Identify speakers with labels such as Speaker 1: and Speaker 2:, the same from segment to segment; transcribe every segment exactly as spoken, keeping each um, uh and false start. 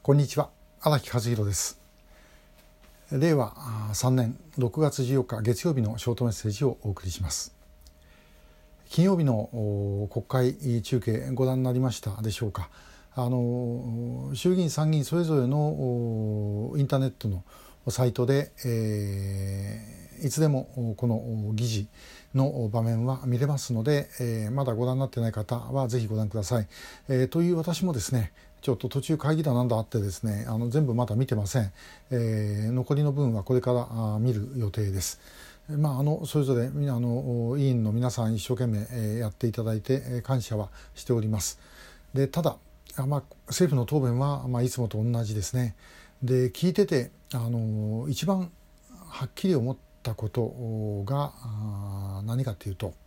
Speaker 1: こんにちは、荒木和弘です。れいわさんねんろくがつじゅうよっか月曜日のショートメッセージをお送りします。金曜日の国会中継ご覧になりましたでしょうか。あの衆議院参議院それぞれのインターネットのサイトで、えー、いつでもこの議事の場面は見れますので、えー、まだご覧になっていない方はぜひご覧ください。えー、という私もですね、ちょっと途中会議だなんだあってですね、あの全部まだ見てません。えー、残りの分はこれから見る予定です。まあ、あのそれぞれあの委員の皆さん一生懸命、えー、やっていただいて、えー、感謝はしております。でただ、まあ、政府の答弁は、まあ、いつもと同じですね。で聞いててあの一番はっきり思ったことが何かというと、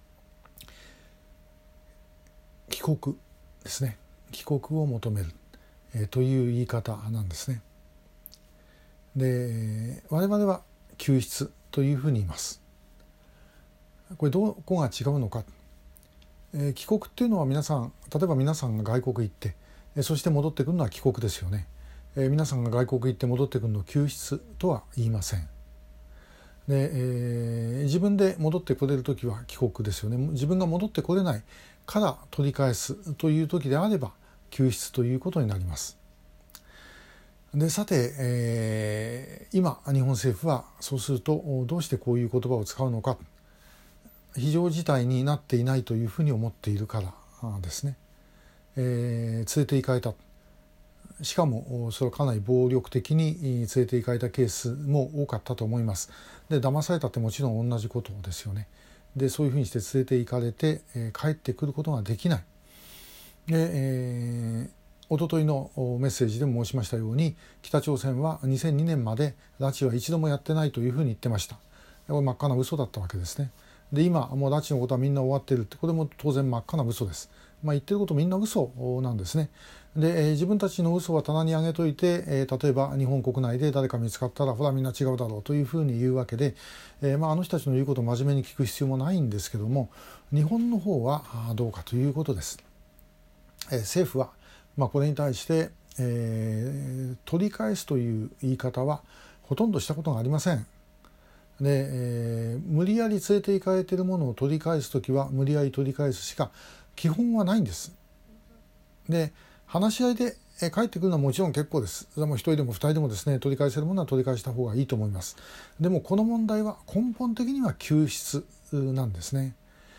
Speaker 1: 帰国ですね。帰国を求める、えー、という言い方なんですね。で我々は救出というふうに言います。これどこが違うのか、えー、帰国っていうのは皆さん例えば皆さんが外国行って、えー、そして戻ってくるのは帰国ですよね。えー、皆さんが外国行って戻ってくるのを救出とは言いません。で、えー、自分で戻ってこれるときは帰国ですよね。自分が戻ってこれないから取り返すというときであれば救出ということになります。でさて、えー、今日本政府はそうするとどうしてこういう言葉を使うのか、非常事態になっていないというふうに思っているからですね。えー、連れて行かれた、しかもそれはかなり暴力的に連れて行かれたケースも多かったと思います。で騙されたってもちろん同じことですよね。でそういうふうにして連れて行かれて、えー、帰ってくることができない。で、えーおとといのメッセージでも申しましたように、北朝鮮はにせんにねんまで拉致は一度もやってないというふうに言ってました。これ真っ赤な嘘だったわけですね。で今もう拉致のことはみんな終わっているって、これも当然真っ赤な嘘です。まあ、言ってることみんな嘘なんですね。で、えー、自分たちの嘘は棚に上げといて、えー、例えば日本国内で誰か見つかったらほらみんな違うだろうというふうに言うわけで、えーまあ、あの人たちの言うことを真面目に聞く必要もないんですけども、日本の方はどうかということです。えー、政府はまあ、これに対して、えー、取り返すという言い方はほとんどしたことがありません。で、えー、無理やり連れて行かれているものを取り返すときは無理やり取り返すしか基本はないんです。で話し合いで帰ってくるのはもちろん結構です。一人でも二人でもですね、取り返せるものは取り返した方がいいと思います。でもこの問題は根本的には救出なんですね。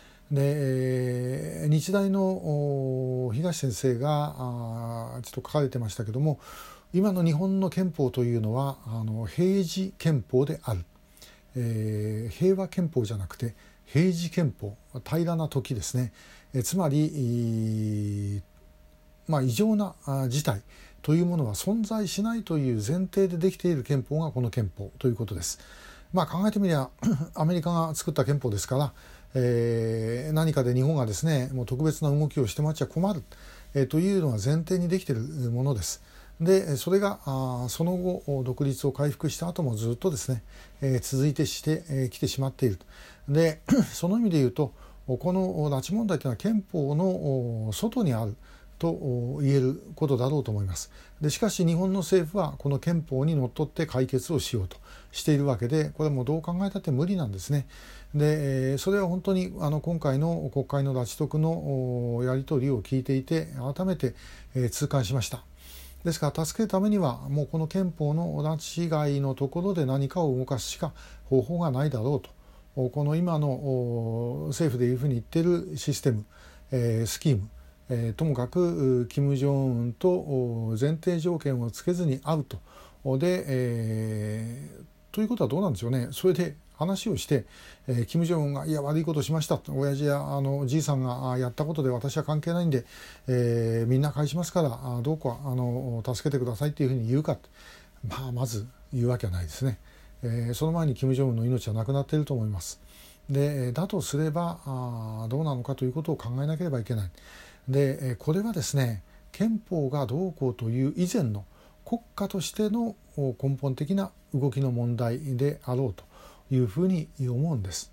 Speaker 1: で日大の東先生がちょっと書かれてましたけども、今の日本の憲法というのはあの平時憲法である、えー、平和憲法じゃなくて平時憲法、平らな時ですね。えつまり、まあ、異常な事態というものは存在しないという前提でできている憲法がこの憲法ということです。まあ、考えてみりゃアメリカが作った憲法ですから、えー、何かで日本がですねもう特別な動きをしてもらっちゃ困る、えー、というのが前提にできているものです。でそれがあその後独立を回復した後もずっとですね、えー、続いてしてき、えー、てしまっている。でその意味で言うとこの拉致問題というのは憲法の外にあると言えることだろうと思います。でしかし日本の政府はこの憲法にのっとって解決をしようとしているわけで、これはもうどう考えたって無理なんですね。でそれは本当にあの今回の国会の拉致特のやり取りを聞いていて改めて痛感しました。ですから助けるためにはもうこの憲法の拉致以外のところで何かを動かすしか方法がないだろうと、この今の政府でいうふうに言っているシステム、スキーム、えー、ともかく金正恩と前提条件をつけずに会うとで、えー、ということはどうなんでしょうね。それで話をして、えー、金正恩がいや悪いことしました、親父やあのじいさんがやったことで私は関係ないんで、えー、みんな返しますからどうかあの助けてくださいっていうふうに言うか、まあ、まず言うわけはないですね。えー、その前に金正恩の命はなくなっていると思います。でだとすればあどうなのかということを考えなければいけない。でこれはですね、憲法がどうこうという以前の国家としての根本的な動きの問題であろうというふうに思うんです。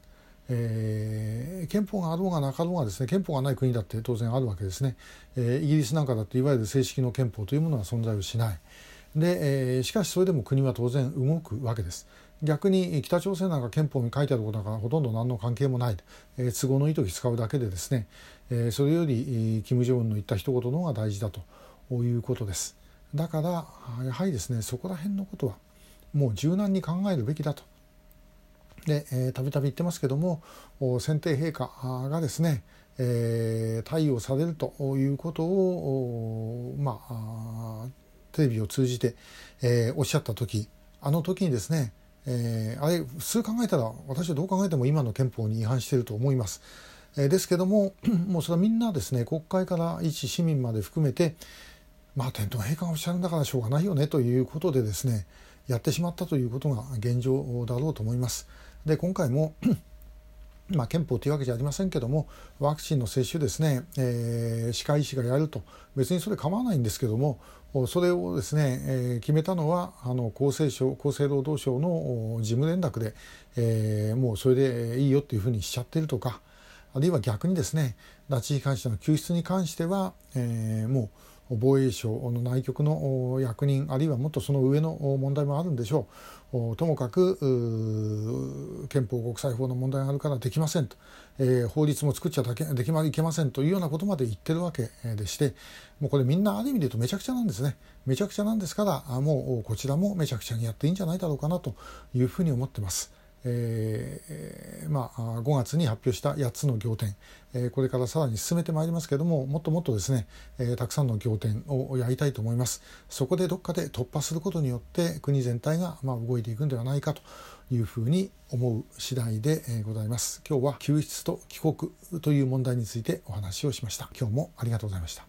Speaker 1: えー、憲法があろうがなかろうがですね、憲法がない国だって当然あるわけですね。えー、イギリスなんかだっていわゆる正式の憲法というものは存在をしない。で、えー、しかしそれでも国は当然動くわけです。逆に北朝鮮なんか憲法に書いてあることだからほとんど何の関係もない、えー、都合のいい時使うだけでですね、えー、それより金正恩の言った一言の方が大事だということです。だからやはりですね、そこら辺のことはもう柔軟に考えるべきだと。で、えー、たびたび言ってますけども、先帝陛下がですね、えー、退位をされるということをまあテレビを通じて、えー、おっしゃった時、あの時にですね、えー、あれ普通考えたら私はどう考えても今の憲法に違反していると思います。えー、ですけどももうそれはみんなですね、国会から一市民まで含めて、まあ天皇陛下がおっしゃるんだからしょうがないよねということでですね、やってしまったということが現状だろうと思います。で、今回もまあ、憲法というわけじゃありませんけども、ワクチンの接種ですね、えー、歯科医師がやると、別にそれ構わないんですけども、それをですね、えー、決めたのはあの厚生省、厚生労働省の事務連絡で、えー、もうそれでいいよっていうふうにしちゃってるとか、あるいは逆にですね、拉致被害者の救出に関しては、えー、もう防衛省の内局の役人、あるいはもっとその上の問題もあるんでしょう。ともかく憲法国際法の問題があるからできませんと、えー、法律も作っちゃだけできまいけませんというようなことまで言ってるわけでして、もうこれみんなある意味で言うとめちゃくちゃなんですね。めちゃくちゃなんですから、もうこちらもめちゃくちゃにやっていいんじゃないだろうかなというふうに思ってます。えーまあ、ごがつに発表したやっつの仰天、えー、これからさらに進めてまいりますけれども、もっともっとですね、えー、たくさんの仰天をやりたいと思います。そこでどっかで突破することによって国全体がまあ動いていくんではないかというふうに思う次第でございます。今日は救出と帰国という問題についてお話をしました。今日もありがとうございました。